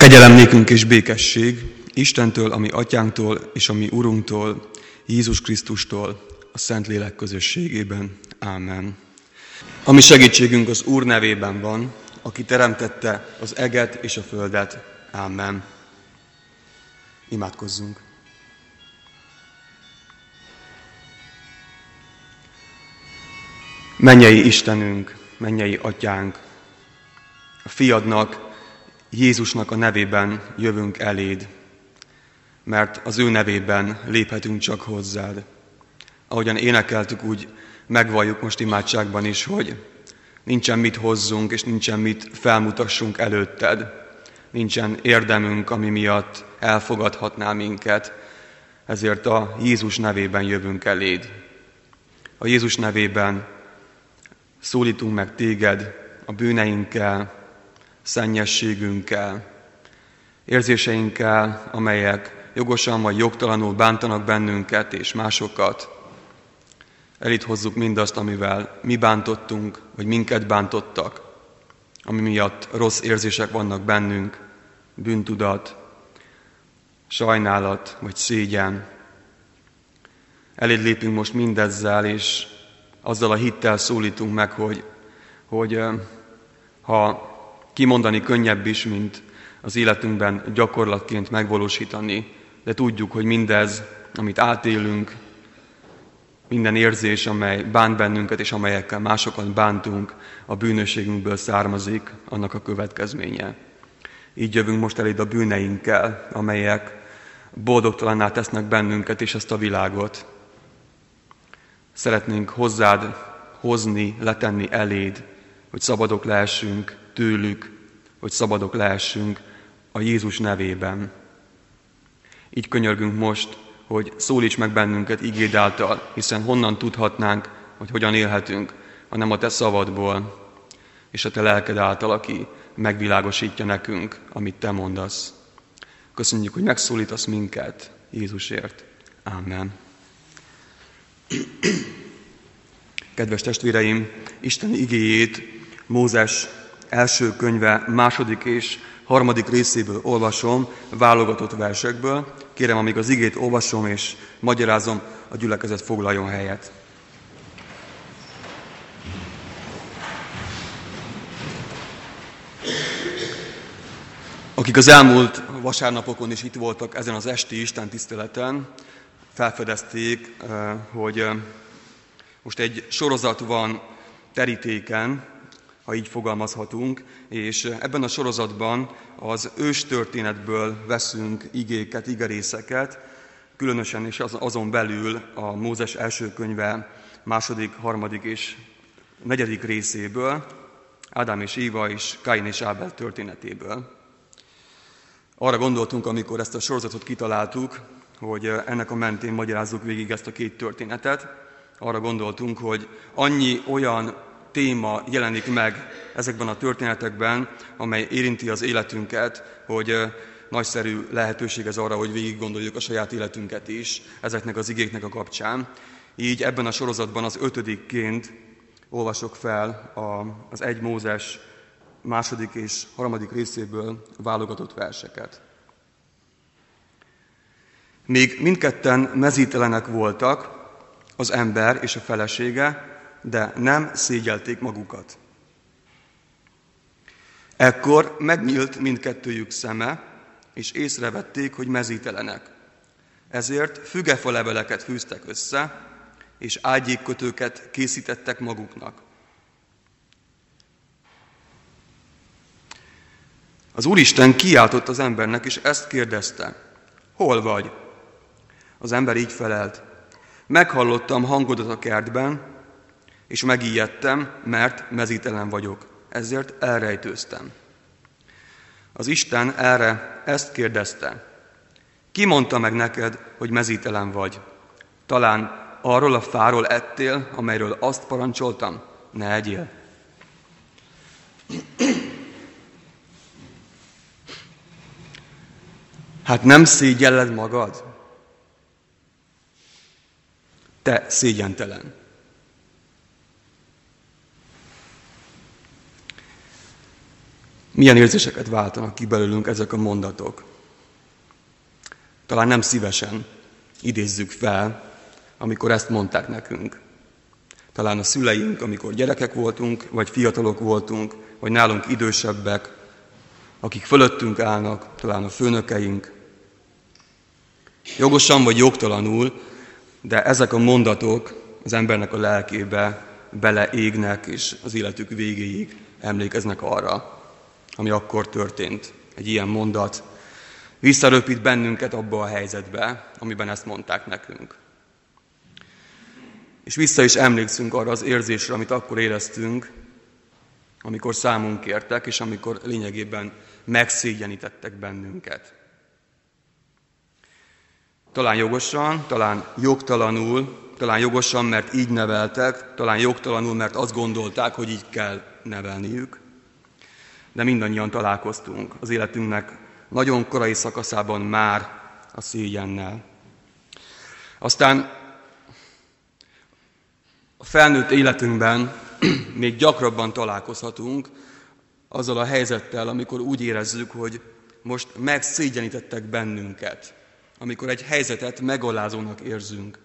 Kegyelem nékünk és békesség Istentől, a mi atyánktól és a mi Urunktól, Jézus Krisztustól, a Szentlélek közösségében. Ámen. A mi segítségünk az Úr nevében van, aki teremtette az eget és a földet. Ámen. Imádkozzunk. Mennyei Istenünk, mennyei Atyánk, a Fiadnak, Jézusnak a nevében jövünk eléd, mert az ő nevében léphetünk csak hozzád. Ahogyan énekeltük, úgy megvalljuk most imádságban is, hogy nincsen mit hozzunk, és nincsen mit felmutassunk előtted. Nincsen érdemünk, ami miatt elfogadhatnál minket, ezért a Jézus nevében jövünk eléd. A Jézus nevében szólítunk meg téged a bűneinkkel, szennyességünkkel, érzéseinkkel, amelyek jogosan vagy jogtalanul bántanak bennünket és másokat. Eléd hozzuk mindazt, amivel mi bántottunk, vagy minket bántottak, ami miatt rossz érzések vannak bennünk, bűntudat, sajnálat vagy szégyen. Eléd lépünk most mindezzel, és azzal a hittel szólítunk meg, hogy ha kimondani könnyebb is, mint az életünkben gyakorlatként megvalósítani, de tudjuk, hogy mindez, amit átélünk, minden érzés, amely bánt bennünket, és amelyekkel másokat bántunk, a bűnösségünkből származik, annak a következménye. Így jövünk most eléd a bűneinkkel, amelyek boldogtalanná tesznek bennünket és ezt a világot. Szeretnénk hozzád hozni, letenni eléd, hogy szabadok lehessünk tőlük, hogy szabadok lehessünk a Jézus nevében. Így könyörgünk most, hogy szólíts meg bennünket igéd által, hiszen honnan tudhatnánk, hogy hogyan élhetünk, hanem a te szavadból, és a te lelked által, aki megvilágosítja nekünk, amit te mondasz. Köszönjük, hogy megszólítasz minket Jézusért. Ámen. Kedves testvéreim, Isten igéjét Mózes első könyve 2. és 3. részéből olvasom, válogatott versekből. Kérem, amíg az igét olvasom és magyarázom, a gyülekezet foglaljon helyet. Akik az elmúlt vasárnapokon is itt voltak ezen az esti istentiszteleten, felfedezték, hogy most egy sorozat van terítéken, ha így fogalmazhatunk, és ebben a sorozatban az őstörténetből veszünk igéket, igerészeket, különösen és azon belül a Mózes első könyve 2., 3. és 4. részéből, Ádám és Éva és Káin és Ábel történetéből. Arra gondoltunk, amikor ezt a sorozatot kitaláltuk, hogy ennek a mentén magyarázzuk végig ezt a két történetet. Arra gondoltunk, hogy annyi olyan téma jelenik meg ezekben a történetekben, amely érinti az életünket, hogy nagyszerű lehetőség ez arra, hogy végig gondoljuk a saját életünket is ezeknek az igéknek a kapcsán. Így ebben a sorozatban az 5-ként olvasok fel az 1 Mózes 2. és 3. részéből válogatott verseket. Még mindketten mezítelenek voltak, az ember és a felesége, de nem szégyelték magukat. Ekkor megnyílt mindkettőjük szeme, és észrevették, hogy mezítelenek. Ezért fügefaleveleket fűztek össze, és ágyékkötőket készítettek maguknak. Az Úristen kiáltott az embernek, és ezt kérdezte: hol vagy? Az ember így felelt: meghallottam hangodat a kertben, és megijedtem, mert mezítelen vagyok, ezért elrejtőztem. Az Isten erre ezt kérdezte: ki mondta meg neked, hogy mezítelen vagy? Talán arról a fáról ettél, amelyről azt parancsoltam, ne egyél. Hát nem szégyelled magad? Te szégyentelen. Milyen érzéseket váltanak ki belőlünk ezek a mondatok? Talán nem szívesen idézzük fel, amikor ezt mondták nekünk. Talán a szüleink, amikor gyerekek voltunk, vagy fiatalok voltunk, vagy nálunk idősebbek, akik fölöttünk állnak, talán a főnökeink. Jogosan vagy jogtalanul, de ezek a mondatok az embernek a lelkébe beleégnek, és az életük végéig emlékeznek arra, ami akkor történt. Egy ilyen mondat visszaröpít bennünket abba a helyzetbe, amiben ezt mondták nekünk. És vissza is emlékszünk arra az érzésre, amit akkor éreztünk, amikor számunk kértek, és amikor lényegében megszégyenítettek bennünket. Talán jogosan, talán jogtalanul, talán jogosan, mert így neveltek, talán jogtalanul, mert azt gondolták, hogy így kell nevelniük, de mindannyian találkoztunk az életünknek nagyon korai szakaszában már a szégyennel. Aztán a felnőtt életünkben még gyakrabban találkozhatunk azzal a helyzettel, amikor úgy érezzük, hogy most megszégyenítettek bennünket, amikor egy helyzetet megalázónak érzünk.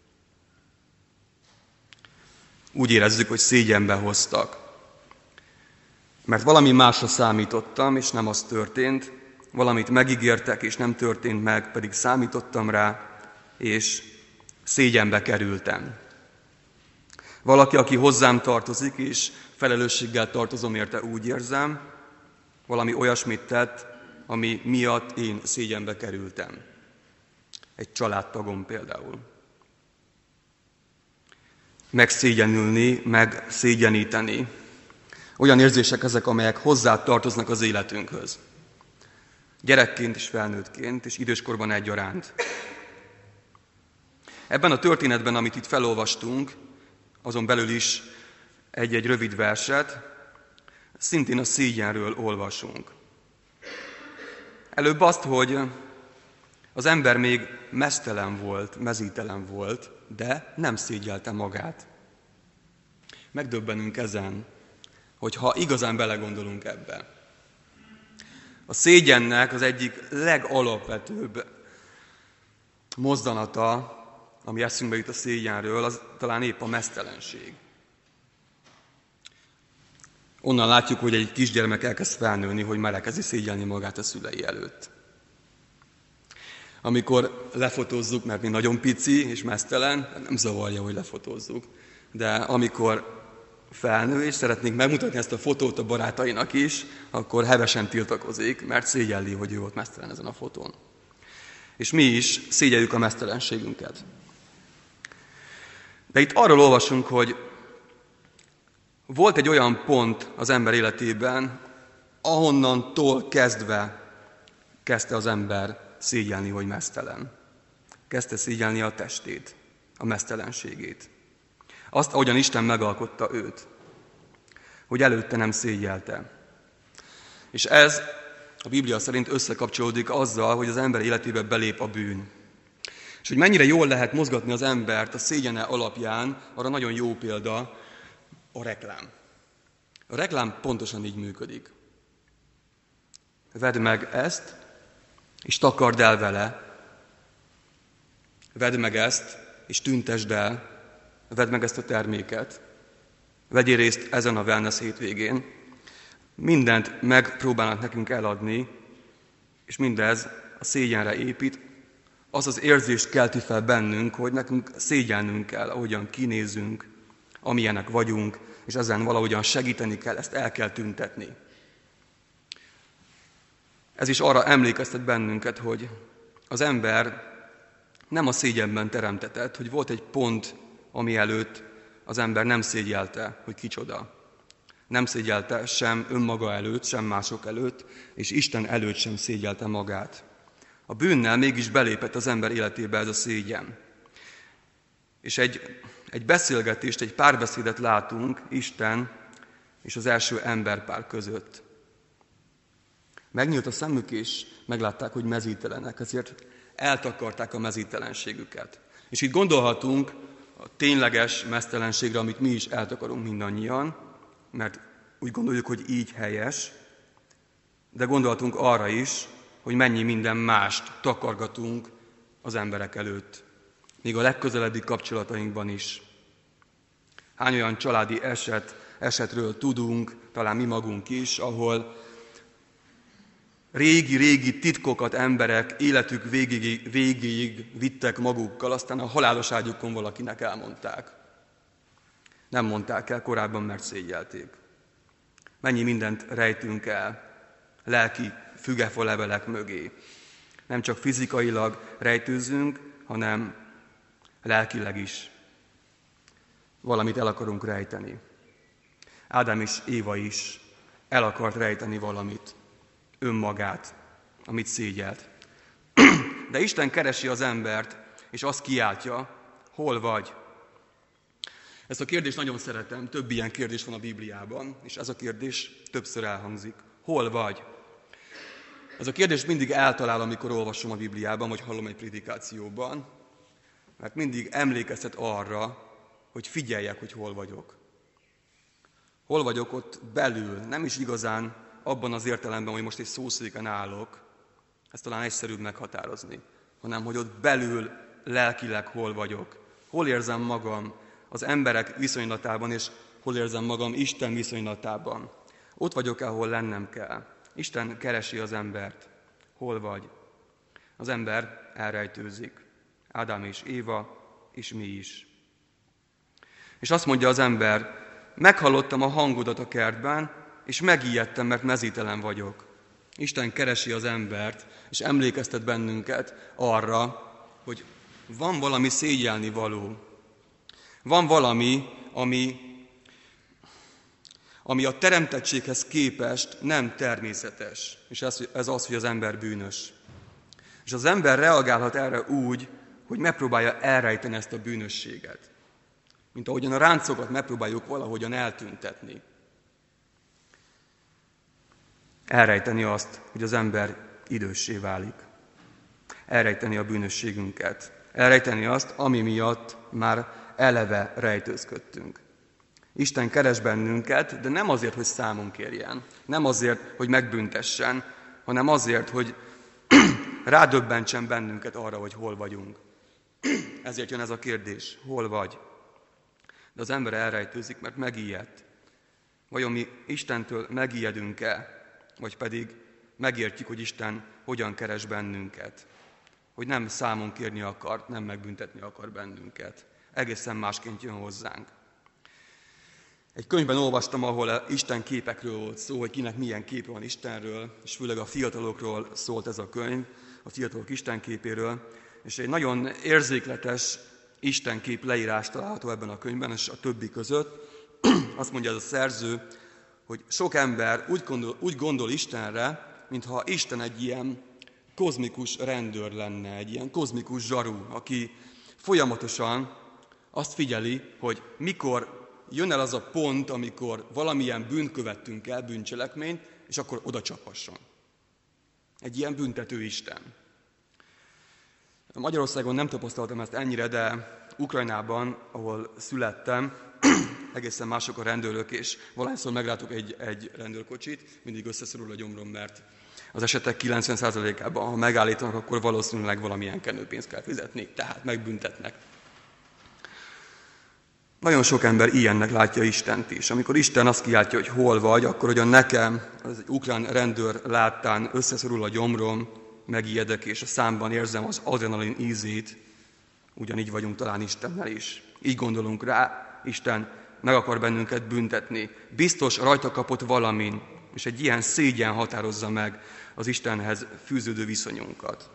Úgy érezzük, hogy szégyenbe hoztak. Mert valami másra számítottam, és nem az történt, valamit megígértek, és nem történt meg, pedig számítottam rá, és szégyenbe kerültem. Valaki, aki hozzám tartozik, és felelősséggel tartozom érte, úgy érzem, valami olyasmit tett, ami miatt én szégyenbe kerültem. Egy családtagom például. Megszégyenülni, megszégyeníteni. Olyan érzések ezek, amelyek hozzá tartoznak az életünkhöz. Gyerekként és felnőttként, és időskorban egyaránt. Ebben a történetben, amit itt felolvastunk, azon belül is egy-egy rövid verset, szintén a szégyenről olvasunk. Előbb azt, hogy az ember még meztelen volt, mezítelen volt, de nem szégyelte magát. Megdöbbenünk ezen, hogyha igazán belegondolunk ebbe. A szégyennek az egyik legalapvetőbb mozzanata, ami eszünkbe jut a szégyenről, az talán épp a meztelenség. Onnan látjuk, hogy egy kisgyermek elkezd felnőni, hogy már elkezdi szégyelni magát a szülei előtt. Amikor lefotózzuk, mert mi nagyon pici és meztelen, nem zavarja, hogy lefotózzuk. De amikor felnő, és szeretnénk megmutatni ezt a fotót a barátainak is, akkor hevesen tiltakozik, mert szégyelli, hogy ő volt meztelen ezen a fotón. És mi is szégyeljük a meztelenségünket. De itt arról olvasunk, hogy volt egy olyan pont az ember életében, ahonnantól kezdte az ember szégyelni, hogy meztelen. Kezdte szégyelni a testét, a meztelenségét. Azt, ahogyan Isten megalkotta őt, hogy előtte nem szégyelte. És ez a Biblia szerint összekapcsolódik azzal, hogy az ember életébe belép a bűn. És hogy mennyire jól lehet mozgatni az embert a szégyene alapján, arra nagyon jó példa a reklám. A reklám pontosan így működik. Vedd meg ezt, és takard el vele. Vedd meg ezt, és tüntesd el. Vedd meg ezt a terméket. Vegyél részt ezen a wellness hétvégén. Mindent megpróbálnak nekünk eladni, és mindez a szégyenre épít. Az az érzést kelti fel bennünk, hogy nekünk szégyelnünk kell, ahogyan kinézünk, amilyenek vagyunk, és ezen valahogyan segíteni kell, ezt el kell tüntetni. Ez is arra emlékeztet bennünket, hogy az ember nem a szégyenben teremtetett, hogy volt egy pont, ami előtt az ember nem szégyelte, hogy kicsoda. Nem szégyelte sem önmaga előtt, sem mások előtt, és Isten előtt sem szégyelte magát. A bűnnel mégis belépett az ember életébe ez a szégyen. És egy beszélgetést, egy párbeszédet látunk Isten és az első emberpár között. Megnyílt a szemük, és meglátták, hogy mezítelenek, ezért eltakarták a mezítelenségüket. És itt gondolhatunk a tényleges meztelenségre, amit mi is eltakarunk mindannyian, mert úgy gondoljuk, hogy így helyes, de gondoltunk arra is, hogy mennyi minden mást takargatunk az emberek előtt, még a legközelebbi kapcsolatainkban is. Hány olyan családi esetről tudunk, talán mi magunk is, ahol régi titkokat emberek életük végéig vittek magukkal, aztán a halálos ágyukon valakinek elmondták. Nem mondták el korábban, mert szégyelték. Mennyi mindent rejtünk el lelki fügefa-levelek mögé. Nem csak fizikailag rejtőzünk, hanem lelkileg is. Valamit el akarunk rejteni. Ádám és Éva is el akart rejteni valamit, önmagát, amit szégyelt. De Isten keresi az embert, és azt kiáltja, hol vagy? Ezt a kérdést nagyon szeretem, több ilyen kérdés van a Bibliában, és ez a kérdés többször elhangzik. Hol vagy? Ez a kérdés mindig eltalál, amikor olvasom a Bibliában, vagy hallom egy prédikációban, mert mindig emlékeztet arra, hogy figyeljek, hogy hol vagyok. Hol vagyok ott belül, nem is igazán abban az értelemben, hogy most egy szószéken állok, ezt talán egyszerűbb meghatározni, hanem hogy ott belül lelkileg hol vagyok. Hol érzem magam az emberek viszonylatában, és hol érzem magam Isten viszonylatában. Ott vagyok, ahol lennem kell. Isten keresi az embert. Hol vagy? Az ember elrejtőzik. Ádám és Éva, és mi is. És azt mondja az ember, meghallottam a hangodat a kertben, és megijedtem, mert mezítelen vagyok. Isten keresi az embert, és emlékeztet bennünket arra, hogy van valami szégyelni való. Van valami, ami a teremtettséghez képest nem természetes. És ez az, hogy az ember bűnös. És az ember reagálhat erre úgy, hogy megpróbálja elrejteni ezt a bűnösséget. Mint ahogyan a ráncokat megpróbáljuk valahogyan eltüntetni. Elrejteni azt, hogy az ember időssé válik. Elrejteni a bűnösségünket. Elrejteni azt, ami miatt már eleve rejtőzködtünk. Isten keres bennünket, de nem azért, hogy számon kérjen. Nem azért, hogy megbüntessen, hanem azért, hogy rádöbbentsen bennünket arra, hogy hol vagyunk. Ezért jön ez a kérdés, hol vagy? De az ember elrejtőzik, mert megijedt. Vajon mi Istentől megijedünk-e? Vagy pedig megértjük, hogy Isten hogyan keres bennünket? Hogy nem számon kérni akar, nem megbüntetni akar bennünket. Egészen másként jön hozzánk. Egy könyvben olvastam, ahol Isten képekről volt szó, hogy kinek milyen képe van Istenről, és főleg a fiatalokról szólt ez a könyv, a fiatalok Isten képéről, és egy nagyon érzékletes istenkép leírás található ebben a könyvben, és a többi között. Azt mondja ez a szerző, hogy sok ember úgy gondol Istenre, mintha Isten egy ilyen kozmikus rendőr lenne, egy ilyen kozmikus zsaru, aki folyamatosan azt figyeli, hogy mikor jön el az a pont, amikor valamilyen bűnt követtünk el, bűncselekményt, és akkor oda csapasson. Egy ilyen büntető Isten. Magyarországon nem tapasztaltam ezt ennyire, de Ukrajnában, ahol születtem, egészen mások a rendőrök, és valahányszor meglátok egy rendőrkocsit, mindig összeszorul a gyomrom, mert az esetek 90%-ában, ha megállítanak, akkor valószínűleg valamilyen kenőpénzt kell fizetni, tehát megbüntetnek. Nagyon sok ember ilyennek látja Istent is. Amikor Isten azt kiáltja, hogy hol vagy, akkor ugyan nekem, az egy ukrán rendőr láttán összeszorul a gyomrom, megijedek, és a számban érzem az adrenalin ízét, ugyanígy vagyunk talán Istennel is. Így gondolunk rá, Isten meg akar bennünket büntetni. Biztos rajta kapott valamin, és egy ilyen szégyen határozza meg az Istenhez fűződő viszonyunkat.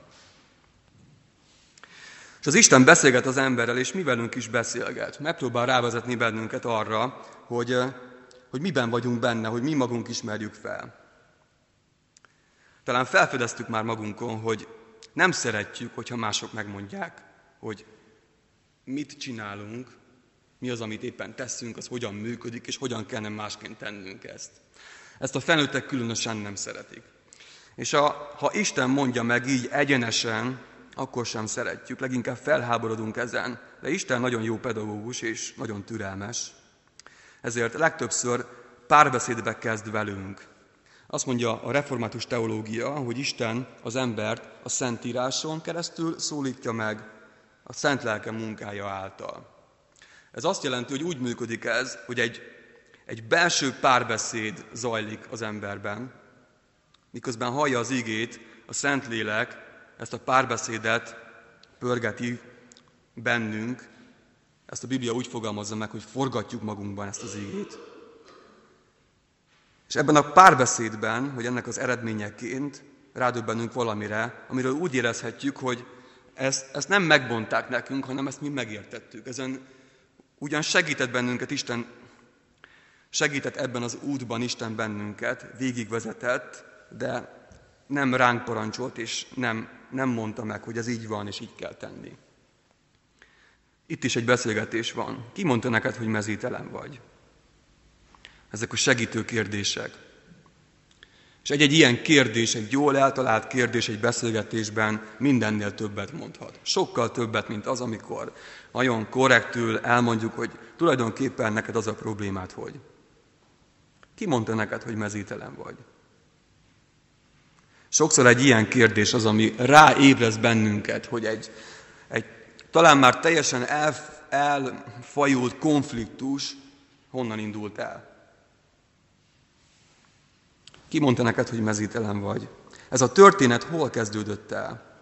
És az Isten beszélget az emberrel, és mi velünk is beszélget. Megpróbál rávezetni bennünket arra, hogy miben vagyunk benne, hogy mi magunk ismerjük fel. Talán felfedeztük már magunkon, hogy nem szeretjük, hogyha mások megmondják, hogy mit csinálunk, mi az, amit éppen teszünk, az hogyan működik, és hogyan kellene másként tennünk ezt. Ezt a felnőttek különösen nem szeretik. És ha Isten mondja meg így egyenesen, akkor sem szeretjük, leginkább felháborodunk ezen, de Isten nagyon jó pedagógus és nagyon türelmes. Ezért legtöbbször párbeszédbe kezd velünk. Azt mondja a református teológia, hogy Isten az embert a Szentíráson keresztül szólítja meg a Szent Lelke munkája által. Ez azt jelenti, hogy úgy működik ez, hogy egy belső párbeszéd zajlik az emberben, miközben hallja az igét, a Szentlélek ezt a párbeszédet pörgeti bennünk. Ezt a Biblia úgy fogalmazza meg, hogy forgatjuk magunkban ezt az igét. És ebben a párbeszédben, hogy ennek az eredményeként rádöbbenünk valamire, amiről úgy érezhetjük, hogy ezt nem megmondták nekünk, hanem ezt mi megértettük. Ezen ugyan segített bennünket Isten, segített ebben az útban Isten bennünket, végigvezetett, de nem ránk parancsolt, és nem mondta meg, hogy ez így van, és így kell tenni. Itt is egy beszélgetés van. Ki mondta neked, hogy mezítelen vagy? Ezek a segítő kérdések. És egy ilyen kérdés, egy jól eltalált kérdés egy beszélgetésben mindennél többet mondhat. Sokkal többet, mint az, amikor nagyon korrektül elmondjuk, hogy tulajdonképpen neked az a problémád, hogy. Ki mondta neked, hogy mezítelen vagy? Sokszor egy ilyen kérdés az, ami ráébrez bennünket, hogy egy talán már teljesen elfajult konfliktus honnan indult el. Ki mondta neked, hogy mezítelen vagy? Ez a történet hol kezdődött el?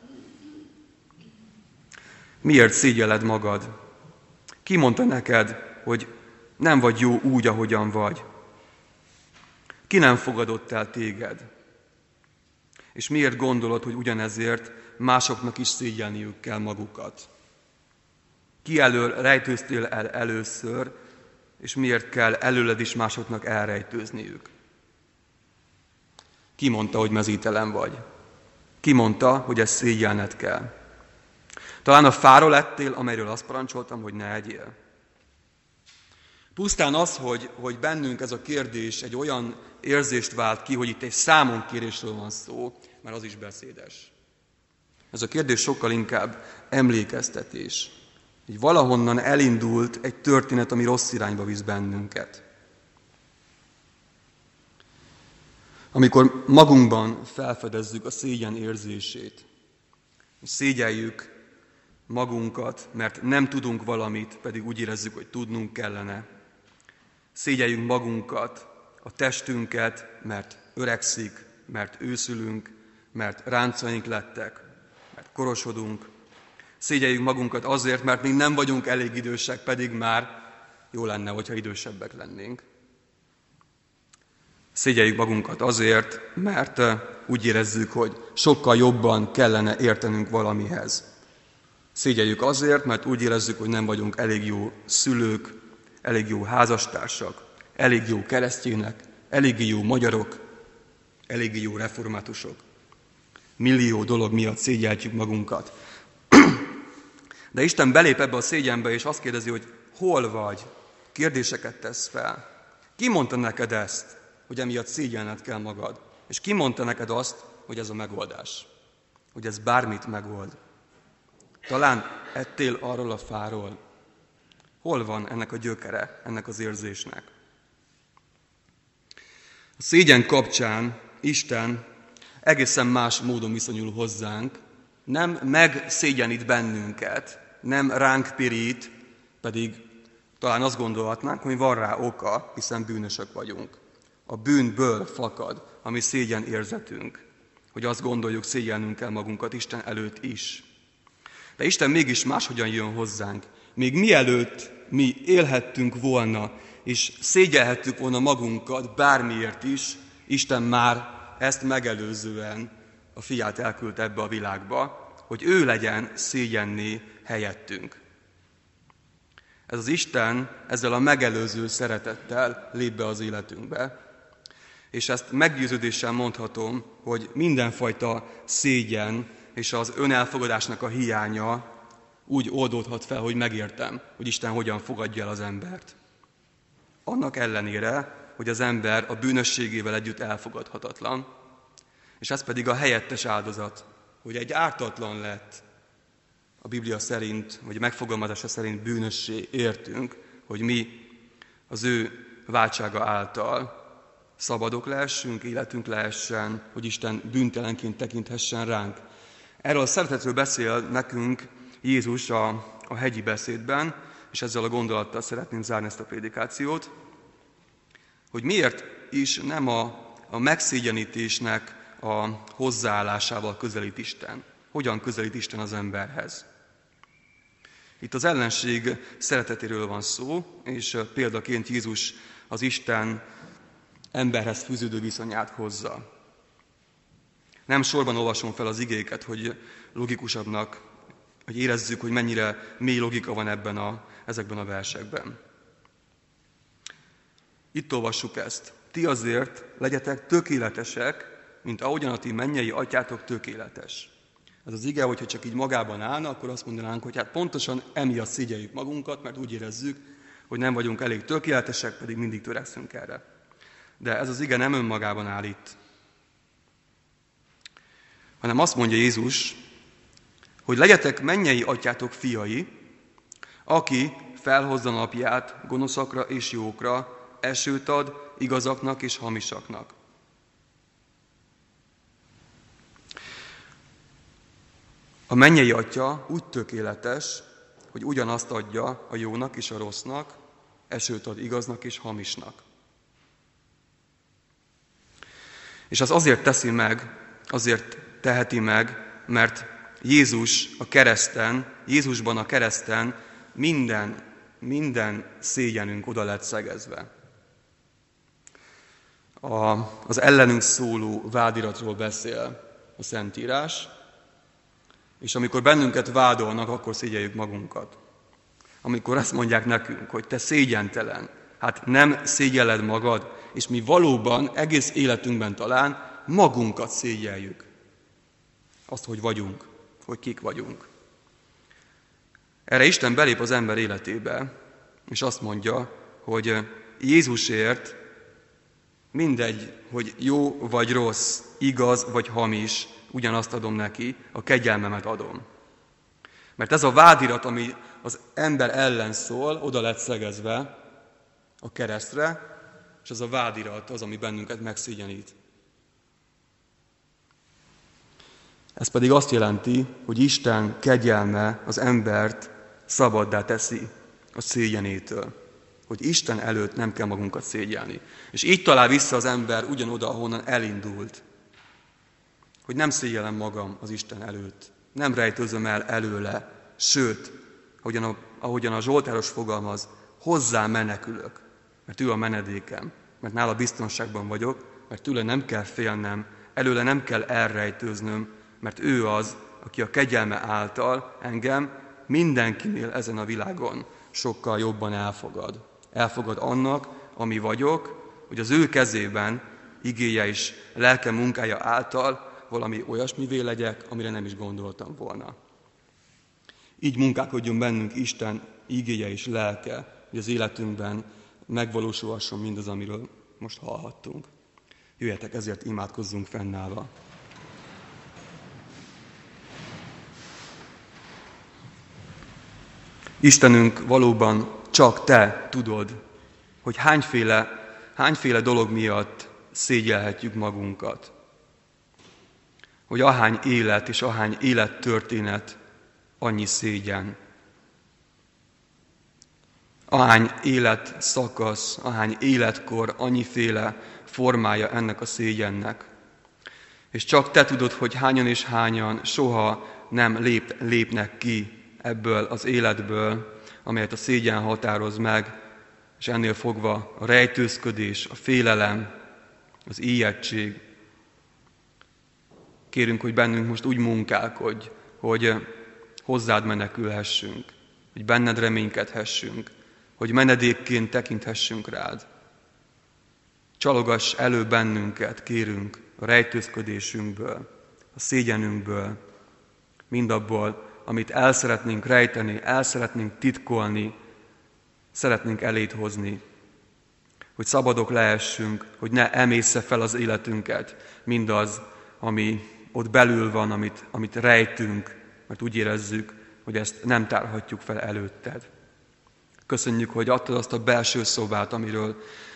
Miért szégyelled magad? Ki mondta neked, hogy nem vagy jó úgy, ahogyan vagy? Ki nem fogadott el téged? És miért gondolod, hogy ugyanezért másoknak is szégyelniük kell magukat? Ki elől rejtőztél el először, és miért kell előled is másoknak elrejtőzniük? Ki mondta, hogy mezítelen vagy? Ki mondta, hogy ezt szégyelned kell? Talán a fáról ettél, amelyről azt parancsoltam, hogy ne egyél. Pusztán az, hogy bennünk ez a kérdés egy olyan érzést vált ki, hogy itt egy számonkérésről van szó, mert az is beszédes. Ez a kérdés sokkal inkább emlékeztetés. Így valahonnan elindult egy történet, ami rossz irányba visz bennünket. Amikor magunkban felfedezzük a szégyen érzését, és szégyeljük magunkat, mert nem tudunk valamit, pedig úgy érezzük, hogy tudnunk kellene. Szégyeljük magunkat, a testünket, mert öregszik, mert őszülünk, mert ráncaink lettek, mert korosodunk. Szégyeljük magunkat azért, mert még nem vagyunk elég idősek, pedig már jó lenne, hogyha idősebbek lennénk. Szégyeljük magunkat azért, mert úgy érezzük, hogy sokkal jobban kellene értenünk valamihez. Szégyeljük azért, mert úgy érezzük, hogy nem vagyunk elég jó szülők, elég jó házastársak, elég jó keresztjének, elég jó magyarok, elég jó reformátusok. Millió dolog miatt szégyeljük magunkat. De Isten belép ebbe a szégyenbe, és azt kérdezi, hogy hol vagy? Kérdéseket tesz fel. Ki mondta neked ezt, hogy emiatt szégyelned kell magad? És ki mondta neked azt, hogy ez a megoldás? Hogy ez bármit megold? Talán ettél arról a fáról. Hol van ennek a gyökere, ennek az érzésnek? A szégyen kapcsán Isten egészen más módon viszonyul hozzánk, nem megszégyenít bennünket, nem ránk pirít, pedig talán azt gondolhatnánk, hogy van rá oka, hiszen bűnösök vagyunk. A bűnből fakad a mi szégyen érzetünk, hogy azt gondoljuk, szégyelnünk kell magunkat Isten előtt is. De Isten mégis máshogyan jön hozzánk. Még mielőtt mi élhettünk volna, és szégyelhettük volna magunkat bármiért is, Isten már ezt megelőzően a fiát elküldte ebbe a világba, hogy ő legyen szégyenné helyettünk. Ez az Isten ezzel a megelőző szeretettel lép be az életünkbe, és ezt meggyőződéssel mondhatom, hogy mindenfajta szégyen és az önelfogadásnak a hiánya úgy oldódhat fel, hogy megértem, hogy Isten hogyan fogadja el az embert. Annak ellenére, hogy az ember a bűnösségével együtt elfogadhatatlan, és ez pedig a helyettes áldozat, hogy egy ártatlan lett a Biblia szerint, vagy a megfogalmazása szerint bűnössé értünk, hogy mi az ő váltsága által szabadok lehessünk, életünk lehessen, hogy Isten bűntelenként tekinthessen ránk. Erről a szeretetről beszél nekünk Jézus a hegyi beszédben, és ezzel a gondolattal szeretném zárni ezt a prédikációt, hogy miért is nem a megszégyenítésnek a hozzáállásával közelít Isten. Hogyan közelít Isten az emberhez. Itt az ellenség szeretetéről van szó, és példaként Jézus az Isten emberhez fűződő viszonyát hozza. Nem sorban olvasom fel az igéket, hogy logikusabbnak, hogy érezzük, hogy mennyire mély logika van ezekben a versekben. Itt olvassuk ezt. Ti azért legyetek tökéletesek, mint ahogyan a ti mennyei atyátok tökéletes. Ez az ige, hogyha csak így magában állna, akkor azt mondanánk, hogy hát pontosan emiatt szégyeljük magunkat, mert úgy érezzük, hogy nem vagyunk elég tökéletesek, pedig mindig törekszünk erre. De ez az ige nem önmagában áll itt, hanem azt mondja Jézus, hogy legyetek mennyei atyátok fiai, aki felhozza napját gonoszakra és jókra, esőt ad igazaknak és hamisaknak. A mennyei atya úgy tökéletes, hogy ugyanazt adja a jónak és a rossznak, esőt ad igaznak és hamisnak. És az azért teszi meg, azért teheti meg, mert Jézusban a kereszten minden szégyenünk oda lett szegezve. Az ellenünk szóló vádiratról beszél a Szentírás, és amikor bennünket vádolnak, akkor szégyeljük magunkat. Amikor azt mondják nekünk, hogy te szégyentelen, hát nem szégyelled magad, és mi valóban egész életünkben talán magunkat szégyeljük. Azt, hogy vagyunk, hogy kik vagyunk. Erre Isten belép az ember életébe, és azt mondja, hogy Jézusért mindegy, hogy jó vagy rossz, igaz vagy hamis, ugyanazt adom neki, a kegyelmemet adom. Mert ez a vádirat, ami az ember ellen szól, oda lett szegezve a keresztre, és ez a vádirat az, ami bennünket megszégyenít. Ez pedig azt jelenti, hogy Isten kegyelme az embert szabaddá teszi a szégyenétől. Hogy Isten előtt nem kell magunkat szégyelni. És így talál vissza az ember ugyanoda, ahonnan elindult. Hogy nem szégyellem magam az Isten előtt. Nem rejtőzöm el előle. Sőt, ahogyan a Zsoltáros fogalmaz, hozzá menekülök. Mert ő a menedékem. Mert nála biztonságban vagyok. Mert tőle nem kell félnem. Előle nem kell elrejtőznöm. Mert ő az, aki a kegyelme által engem mindenkinél ezen a világon sokkal jobban elfogad. Elfogad annak, ami vagyok, hogy az ő kezében, igéje és lelke munkája által valami olyasmivé legyek, amire nem is gondoltam volna. Így munkálkodjon bennünk Isten igéje és lelke, hogy az életünkben megvalósulhasson mindaz, amiről most hallhattunk. Jöjjetek, ezért imádkozzunk fennállva. Istenünk, valóban csak Te tudod, hogy hányféle dolog miatt szégyelhetjük magunkat. Hogy ahány élet és ahány élettörténet, annyi szégyen. Ahány életszakasz, ahány életkor, annyiféle formája ennek a szégyennek. És csak Te tudod, hogy hányan és hányan soha nem lépnek ki ebből az életből, amelyet a szégyen határoz meg, és ennél fogva a rejtőzködés, a félelem, az ijegység. Kérünk, hogy bennünk most úgy munkálkodj, hogy hozzád menekülhessünk, hogy benned reménykedhessünk, hogy menedékként tekinthessünk rád. Csalogass elő bennünket, kérünk, a rejtőzködésünkből, a szégyenünkből, mindabból, amit el szeretnénk rejteni, el szeretnénk titkolni, szeretnénk eléd hozni, hogy szabadok lehessünk, hogy ne emészze fel az életünket mindaz, ami ott belül van, amit rejtünk, mert úgy érezzük, hogy ezt nem tárhatjuk fel előtted. Köszönjük, hogy adtad azt a belső szobát, amiről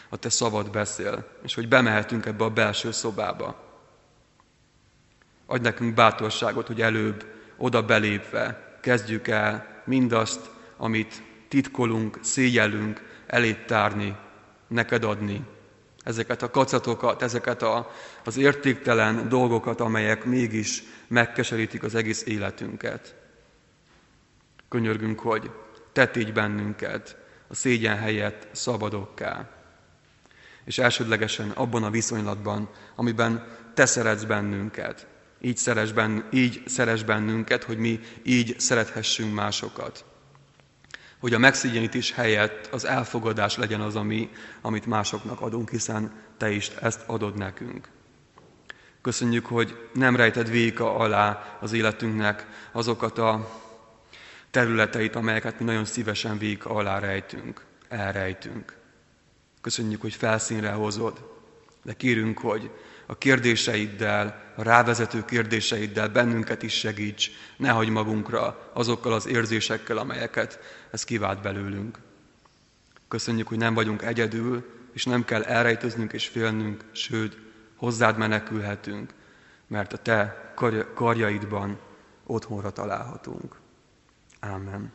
a te szavad beszél, és hogy bemehetünk ebbe a belső szobába. Adj nekünk bátorságot, hogy előbb oda belépve kezdjük el mindazt, amit titkolunk, szégyellünk, eléd tárni, neked adni. Ezeket a kacatokat, ezeket az értéktelen dolgokat, amelyek mégis megkeserítik az egész életünket. Könyörgünk, hogy te tégy bennünket a szégyen helyett szabadokká. És elsődlegesen abban a viszonylatban, amiben te szeretsz bennünket. Így szeress bennünket, hogy mi így szerethessünk másokat. Hogy a megszégyenítés helyett az elfogadás legyen az, amit másoknak adunk, hiszen te is ezt adod nekünk. Köszönjük, hogy nem rejted véka alá az életünknek azokat a területeit, amelyeket mi nagyon szívesen véka alá rejtünk, elrejtünk. Köszönjük, hogy felszínre hozod, de kérünk, hogy a kérdéseiddel, a rávezető kérdéseiddel bennünket is segíts, ne hagyj magunkra azokkal az érzésekkel, amelyeket ez kivált belőlünk. Köszönjük, hogy nem vagyunk egyedül, és nem kell elrejtőznünk és félnünk, sőt, hozzád menekülhetünk, mert a te karjaidban otthonra találhatunk. Ámen.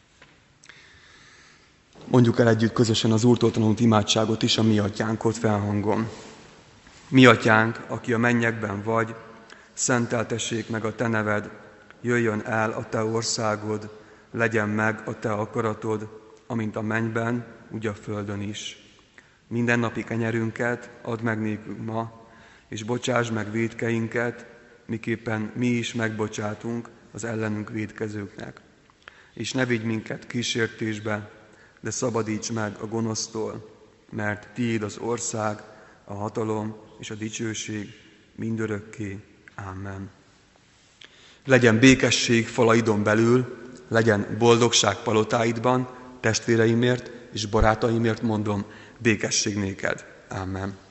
Mondjuk el együtt közösen az Úrtól tanult imádságot is, a Mi Atyánkot felhangon. Mi Atyánk, aki a mennyekben vagy, szenteltessék meg a te neved, jöjjön el a te országod, legyen meg a te akaratod, amint a mennyben, úgy a földön is. Mindennapi kenyerünket add meg nékünk ma, és bocsásd meg vétkeinket, miképpen mi is megbocsátunk az ellenünk vétkezőknek. És ne vigy minket kísértésbe, de szabadíts meg a gonosztól, mert tiéd az ország, a hatalom és a dicsőség mindörökké. Ámen. Legyen békesség falaidon belül, legyen boldogság palotáidban, testvéreimért és barátaimért mondom, békesség néked. Ámen.